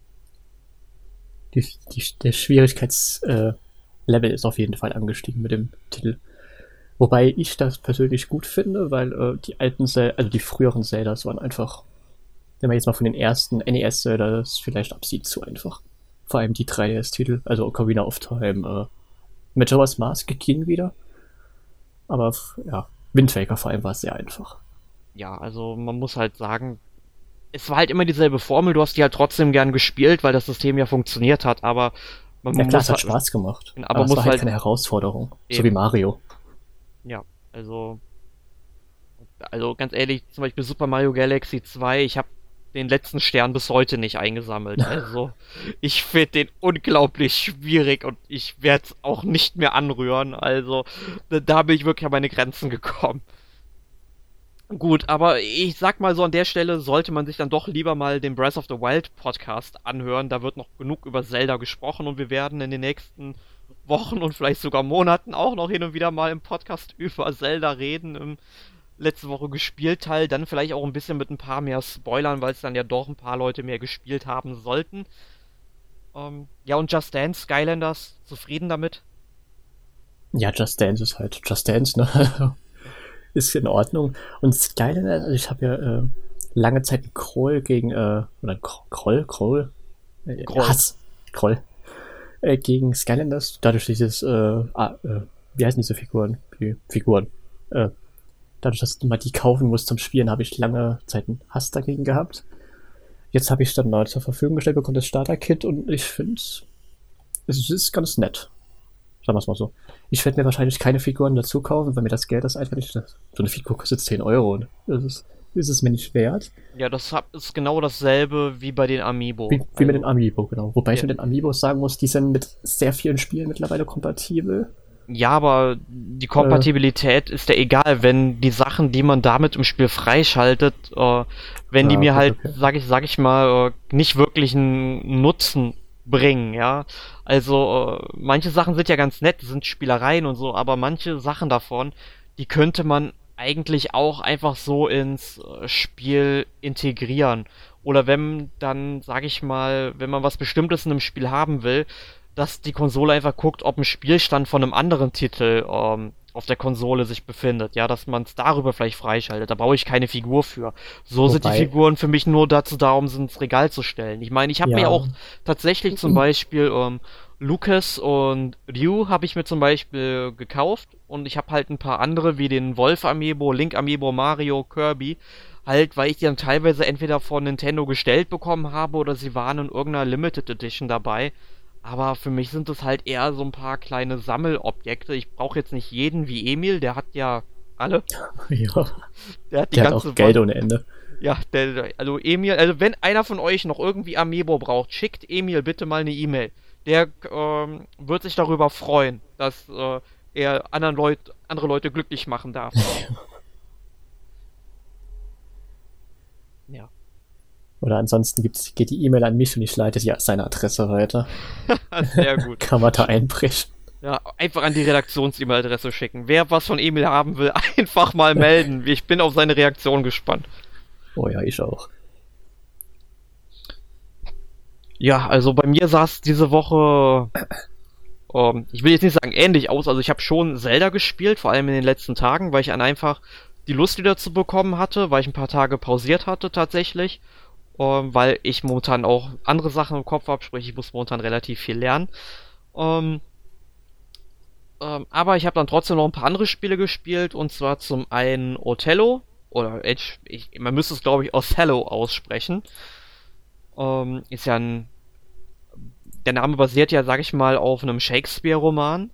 B: der Schwierigkeitslevel ist auf jeden Fall angestiegen mit dem Titel. Wobei ich das persönlich gut finde, weil die alten also die früheren Zeldas waren einfach, wenn man jetzt mal von den ersten NES-Zeldas vielleicht absieht, zu einfach. Vor allem die 3DS-Titel, also Ocarina of Time, Majora's Mask ging wieder. Aber ja, Wind Waker vor allem war es sehr einfach.
A: Ja, also man muss halt sagen, es war halt immer dieselbe Formel, du hast die halt trotzdem gern gespielt, weil das System ja funktioniert hat, aber man
B: Ja klar,
A: muss
B: es hat
A: halt,
B: Spaß gemacht.
A: aber
B: Aber es
A: muss
B: war halt
A: halt,
B: keine Herausforderung. So wie
A: eben,
B: Mario.
A: ja, also ganz ehrlich, zum Beispiel Super Mario Galaxy 2, ich habe den letzten Stern bis heute nicht eingesammelt. Also, ich finde den unglaublich schwierig und ich werde es auch nicht mehr anrühren. Also, da bin ich wirklich an meine Grenzen gekommen. Gut, aber ich sag mal so, an der Stelle sollte man sich dann doch lieber mal den Breath of the Wild Podcast anhören. Da wird noch genug über Zelda gesprochen und wir werden in den nächsten Wochen und vielleicht sogar Monaten auch noch hin und wieder mal im Podcast über Zelda reden. Letzte Woche gespielt Teil, dann vielleicht auch ein bisschen mit ein paar mehr Spoilern, weil es dann ja doch ein paar Leute mehr gespielt haben sollten. Ja, und Just Dance, Skylanders, zufrieden damit?
B: Ja, Just Dance ist halt Just Dance, ne? Ist in Ordnung. Und Skylander, also ich habe ja lange Zeit einen Kroll gegen, oder Kroll?
A: Groll.
B: Hass. Kroll. Gegen Skylanders, dadurch dieses, wie heißen diese Figuren? Die Figuren. Äh, Dadurch, dass man die kaufen muss zum Spielen, habe ich lange Zeit einen Hass dagegen gehabt. Jetzt habe ich es dann neu zur Verfügung gestellt, bekommen das Starter-Kit und ich finde es ist ganz nett. Sagen wir es mal so. Ich werde mir wahrscheinlich keine Figuren dazu kaufen, weil mir das Geld ist einfach nicht. So eine Figur kostet 10 Euro und ist es mir nicht wert.
A: Ja, ist genau dasselbe wie bei den Amiibo.
B: Wie mit den Amiibo, genau. Wobei ich
A: Ja.
B: mit den Amiibos sagen muss, die sind mit sehr vielen Spielen mittlerweile kompatibel.
A: Ja, aber die Kompatibilität ist ja egal, wenn die Sachen, die man damit im Spiel freischaltet, wenn die mir
B: Gut,
A: halt,
B: okay.
A: sag ich mal, nicht wirklich einen Nutzen bringen, ja. Also, manche Sachen sind ja ganz nett, sind Spielereien und so, aber manche Sachen davon, die könnte man eigentlich auch einfach so ins Spiel integrieren. Oder wenn dann, sag ich mal, wenn man was Bestimmtes in einem Spiel haben will, dass die Konsole einfach guckt, ob ein Spielstand von einem anderen Titel auf der Konsole sich befindet. Ja, dass man es darüber vielleicht freischaltet. Da brauche ich keine Figur für. So sind die
B: Wobei,
A: Figuren für mich nur dazu da, um sie ins Regal zu stellen. Ich meine, ich habe
B: ja,
A: mir auch tatsächlich zum Beispiel Lucas und Ryu habe ich mir zum Beispiel gekauft und ich habe halt ein paar andere wie den Wolf Amiibo, Link Amiibo, Mario, Kirby, halt, weil ich die dann teilweise entweder von Nintendo gestellt bekommen habe oder sie waren in irgendeiner Limited Edition dabei. Aber für mich sind es halt eher so ein paar kleine Sammelobjekte. Ich brauche jetzt nicht jeden wie Emil, der hat ja alle.
B: ja,
A: Der hat die
B: der hat
A: ganze
B: auch Geld ohne Ende.
A: Ja, also Emil, also wenn einer von euch noch irgendwie Amiibo braucht, schickt Emil bitte mal eine E-Mail. Der wird sich darüber freuen, dass er andere Leute glücklich machen darf. Ja,
B: Oder ansonsten geht die E-Mail an mich und ich leite ja seine Adresse weiter.
A: sehr gut.
B: Kann man da einbrechen.
A: Ja, einfach an die Redaktions-E-Mail-Adresse schicken. Wer was von Emil haben will, einfach mal melden. Ich bin auf seine Reaktion gespannt.
B: Oh ja, ich auch.
A: Ja, also bei mir sah es diese Woche, ich will jetzt nicht sagen ähnlich aus, also ich habe schon Zelda gespielt, vor allem in den letzten Tagen, weil ich dann einfach die Lust wieder zu bekommen hatte, weil ich ein paar Tage pausiert hatte tatsächlich, weil ich momentan auch andere Sachen im Kopf habe, sprich ich muss momentan relativ viel lernen. Ähm, aber ich habe dann trotzdem noch ein paar andere Spiele gespielt, und zwar zum einen Othello, oder man müsste es glaube ich Othello aussprechen. Ist ja ein der Name basiert ja, sag ich mal, auf einem Shakespeare-Roman.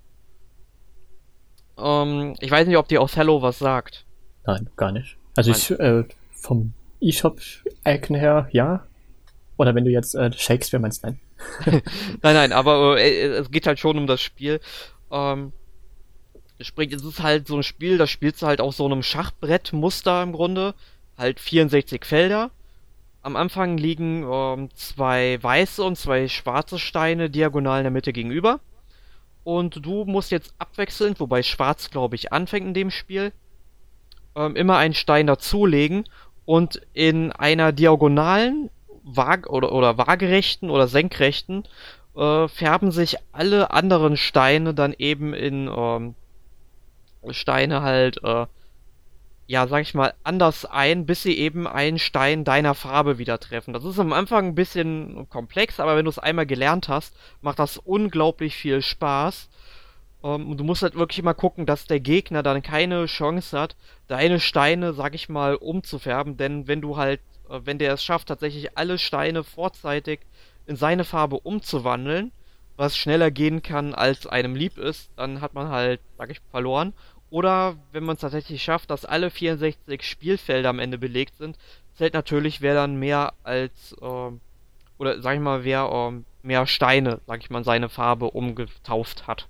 A: Ich weiß nicht, ob dir Othello was sagt.
B: Nein, gar nicht. Also
A: Nein.
B: vom E-Shop-Icon her, ja. Oder wenn du jetzt Shakespeare meinst, nein.
A: Nein, aber es geht halt schon um das Spiel. Ähm, Sprich, es ist halt so ein Spiel, das spielst du halt auf so einem Schachbrettmuster im Grunde. Halt 64 Felder. Am Anfang liegen zwei weiße und zwei schwarze Steine diagonal in der Mitte gegenüber. Und du musst jetzt abwechselnd, wobei Schwarz, glaube ich, anfängt in dem Spiel, immer einen Stein dazulegen und in einer diagonalen, oder waagerechten oder senkrechten färben sich alle anderen Steine dann eben in Steine halt, ja, sag ich mal, anders ein, bis sie eben einen Stein deiner Farbe wieder treffen. Das ist am Anfang ein bisschen komplex, aber wenn du es einmal gelernt hast, macht das unglaublich viel Spaß. Und du musst halt wirklich mal gucken, dass der Gegner dann keine Chance hat, deine Steine, sag ich mal, umzufärben. Denn wenn du halt, wenn der es schafft, tatsächlich alle Steine vorzeitig in seine Farbe umzuwandeln, was schneller gehen kann, als einem lieb ist, dann hat man halt, sag ich, verloren. Oder wenn man es tatsächlich schafft, dass alle 64 Spielfelder am Ende belegt sind, zählt natürlich, wer dann mehr als, oder sag ich mal, wer mehr Steine, sag ich mal, in seine Farbe umgetauft hat.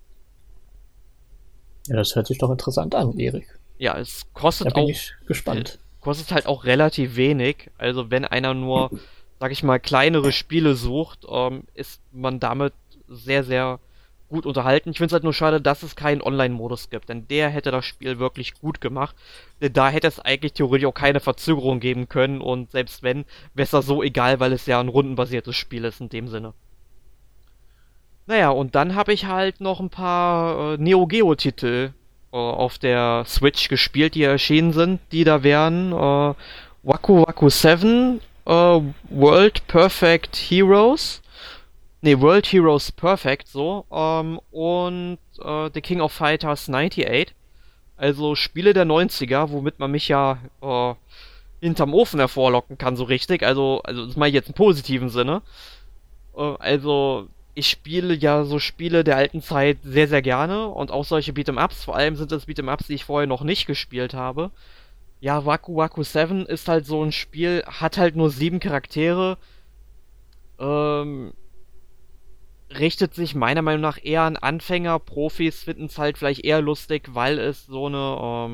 B: Ja, das hört sich doch interessant an, Erik.
A: Ja, es
B: Da
A: kostet
B: bin
A: auch,
B: ich gespannt.
A: kostet halt auch relativ wenig. Also wenn einer nur, sag ich mal, kleinere Spiele sucht, ist man damit sehr, sehr gut unterhalten. Ich finde es halt nur schade, dass es keinen Online-Modus gibt, denn der hätte das Spiel wirklich gut gemacht. Denn da hätte es eigentlich theoretisch auch keine Verzögerung geben können und selbst wenn, wäre es da so egal, weil es ja ein rundenbasiertes Spiel ist in dem Sinne. Naja, und dann habe ich halt noch ein paar Neo Geo-Titel auf der Switch gespielt, die erschienen sind. Die da wären Waku Waku 7, World Perfect Heroes, ne, World Heroes Perfect, so, und The King of Fighters 98. Also Spiele der 90er, womit man mich ja hinterm Ofen hervorlocken kann, so richtig. Also das meine ich jetzt im positiven Sinne. Also, ich spiele ja so Spiele der alten Zeit sehr, sehr gerne und auch solche Beat'em-Ups. Vor allem sind das Beat'em-Ups, die ich vorher noch nicht gespielt habe. Ja, Waku Waku 7 ist halt so ein Spiel, hat halt nur 7 Charaktere, ähm, richtet sich meiner Meinung nach eher an Anfänger. Profis finden es halt vielleicht eher lustig, weil es so eine,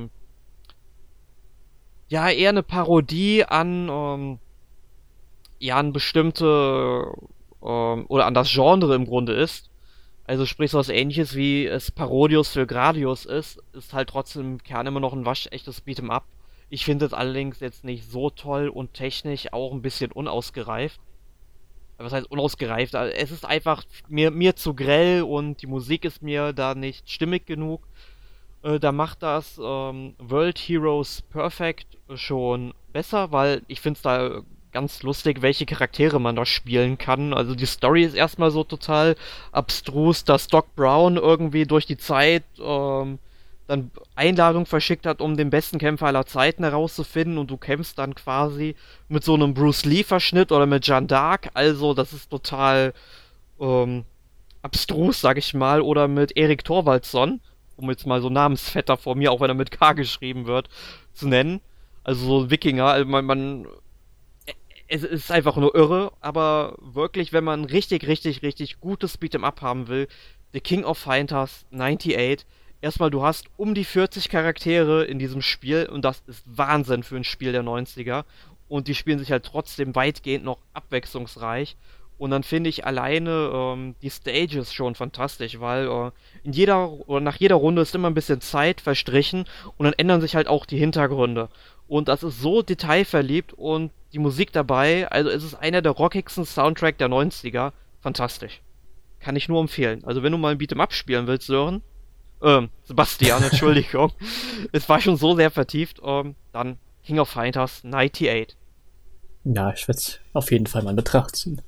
A: ja, eher eine Parodie an, ja, an bestimmte, oder an das Genre im Grunde ist. Also sprich so was ähnliches wie es Parodius für Gradius ist halt trotzdem im Kern immer noch ein waschechtes Beat'em Up. Ich finde es allerdings jetzt nicht so toll und technisch auch ein bisschen unausgereift. Was heißt unausgereift? Also es ist einfach mir zu grell und die Musik ist mir da nicht stimmig genug. Da macht das World Heroes Perfect schon besser, weil ich finde es da ganz lustig, welche Charaktere man da spielen kann. Also die Story ist erstmal so total abstrus, dass Doc Brown irgendwie durch die Zeit dann Einladung verschickt hat, um den besten Kämpfer aller Zeiten herauszufinden und du kämpfst dann quasi mit so einem Bruce Lee-Verschnitt oder mit Jeanne d'Arc. Also das ist total ähm, abstrus, sag ich mal, oder mit Erik Thorvaldsson, um jetzt mal so Namensvetter vor mir, auch wenn er mit K geschrieben wird, zu nennen. Also so ein Wikinger, also es ist einfach nur irre, aber wirklich, wenn man richtig, richtig, richtig gutes Beat'em Up haben will, The King of Fighters 98, erstmal, du hast um die 40 Charaktere in diesem Spiel und das ist Wahnsinn für ein Spiel der 90er und die spielen sich halt trotzdem weitgehend noch abwechslungsreich. Und dann finde ich alleine die Stages schon fantastisch, weil in jeder oder nach jeder Runde ist immer ein bisschen Zeit verstrichen und dann ändern sich halt auch die Hintergründe. Und das ist so detailverliebt und die Musik dabei, also es ist einer der rockigsten Soundtrack der 90er. Fantastisch. Kann ich nur empfehlen. Also wenn du mal ein Beat'em Up spielen willst, Sören, Sebastian, Entschuldigung. Es war schon so sehr vertieft, dann King of Fighters 98.
B: Ja, ich werde es auf jeden Fall mal in Betracht ziehen.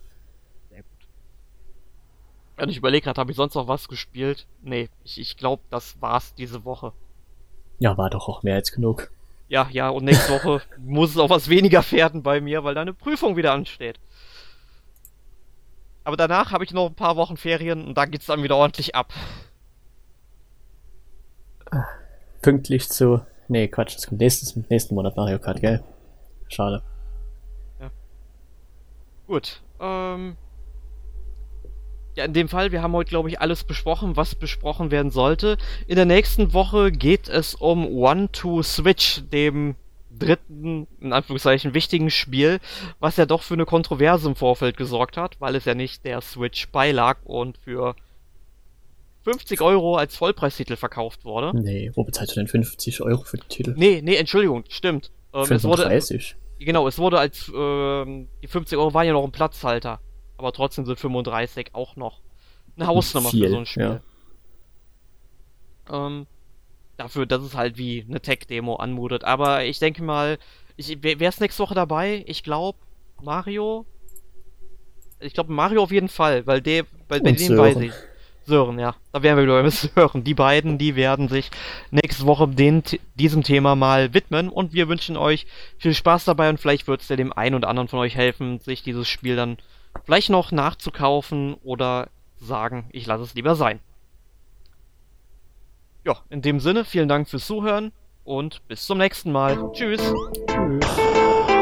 A: Und ich überlege gerade, habe ich sonst noch was gespielt? Nee, ich glaube, das war's diese Woche.
B: Ja, war doch auch mehr als genug.
A: Ja, ja, und nächste Woche muss es auch was weniger werden bei mir, weil da eine Prüfung wieder ansteht. Aber danach habe ich noch ein paar Wochen Ferien und da geht's dann wieder ordentlich ab.
B: Pünktlich zu. Nee, Quatsch, das kommt nächsten Monat Mario Kart, gell? Schade.
A: Ja. Gut. Ja, in dem Fall, wir haben heute, glaube ich, alles besprochen, was besprochen werden sollte. In der nächsten Woche geht es um One-to-Switch, dem dritten, in Anführungszeichen, wichtigen Spiel, was ja doch für eine Kontroverse im Vorfeld gesorgt hat, weil es ja nicht der Switch beilag und für 50 Euro als Vollpreistitel verkauft wurde.
B: Nee, wo bezahlst du denn 50 Euro für den Titel?
A: Nee, Entschuldigung, stimmt. Es wurde,
B: 35.
A: genau, es wurde als, die 50 Euro waren ja noch ein Platzhalter. Aber trotzdem sind 35 auch noch eine Hausnummer für so ein Spiel. Ja. Dafür, dass es halt wie eine Tech-Demo anmutet. Aber ich denke mal, wer ist nächste Woche dabei? Ich glaube, Mario. Ich glaube, Mario auf jeden Fall, weil bei dem weiß ich. Sören, ja. Da wären wir wieder beim Sören. Die beiden, die werden sich nächste Woche diesem Thema mal widmen und wir wünschen euch viel Spaß dabei und vielleicht wird es ja dem einen oder anderen von euch helfen, sich dieses Spiel dann vielleicht noch nachzukaufen oder sagen, ich lasse es lieber sein. Ja, in dem Sinne, vielen Dank fürs Zuhören und bis zum nächsten Mal. Tschüss.
B: Tschüss.